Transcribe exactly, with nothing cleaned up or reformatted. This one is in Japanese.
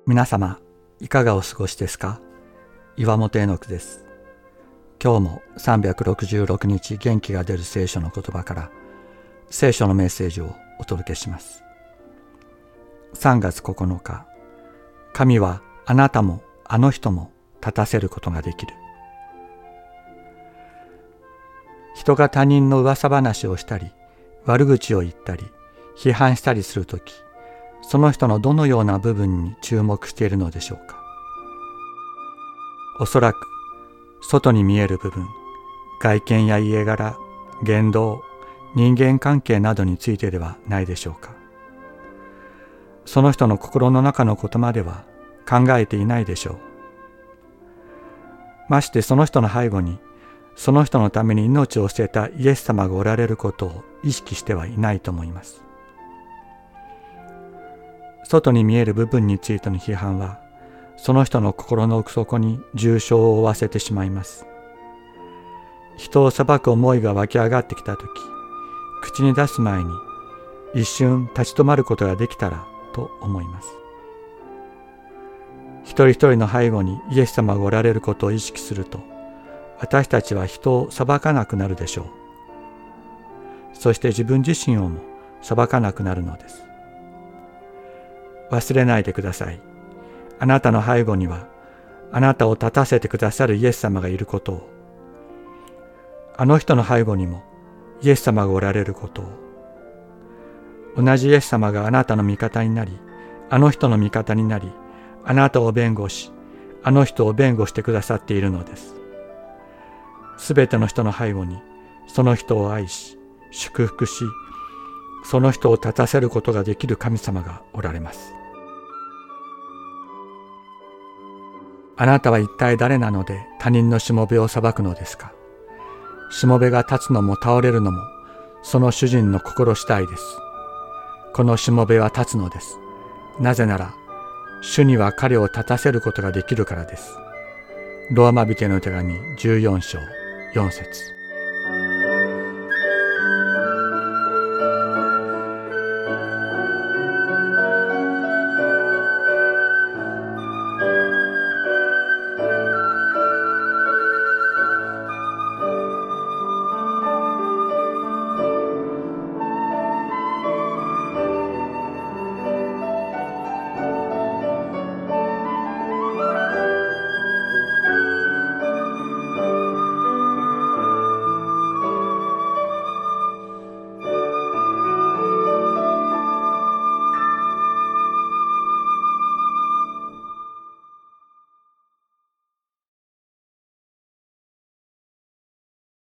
皆様いかがお過ごしですか。岩本絵の句です。今日もさんびゃくろくじゅうろくにち元気が出る聖書の言葉から聖書のメッセージをお届けします。さんがつここのか、神はあなたもあの人も立たせることができる。人が他人の噂話をしたり悪口を言ったり批判したりするとき、その人のどのような部分に注目しているのでしょうか。おそらく外に見える部分、外見や家柄、言動、人間関係などについてではないでしょうか。その人の心の中のことまでは考えていないでしょう。ましてその人の背後にその人のために命を捨てたイエス様がおられることを意識してはいないと思います。外に見える部分についての批判は、その人の心の奥底に重傷を負わせてしまいます。人を裁く思いが湧き上がってきたとき、口に出す前に一瞬立ち止まることができたらと思います。一人一人の背後にイエス様がおられることを意識すると、私たちは人を裁かなくなるでしょう。そして自分自身をも裁かなくなるのです。忘れないでください。あなたの背後にはあなたを立たせてくださるイエス様がいることを、あの人の背後にもイエス様がおられることを、同じイエス様があなたの味方になり、あの人の味方になり、あなたを弁護し、あの人を弁護してくださっているのです。すべての人の背後にその人を愛し、祝福し、その人を立たせることができる神様がおられます。あなたは一体誰なので他人のしもべを裁くのですか。しもべが立つのも倒れるのもその主人の心次第です。このしもべは立つのです。なぜなら主には彼を立たせることができるからです。ローマ人への手紙じゅうよんしょうよんせつ。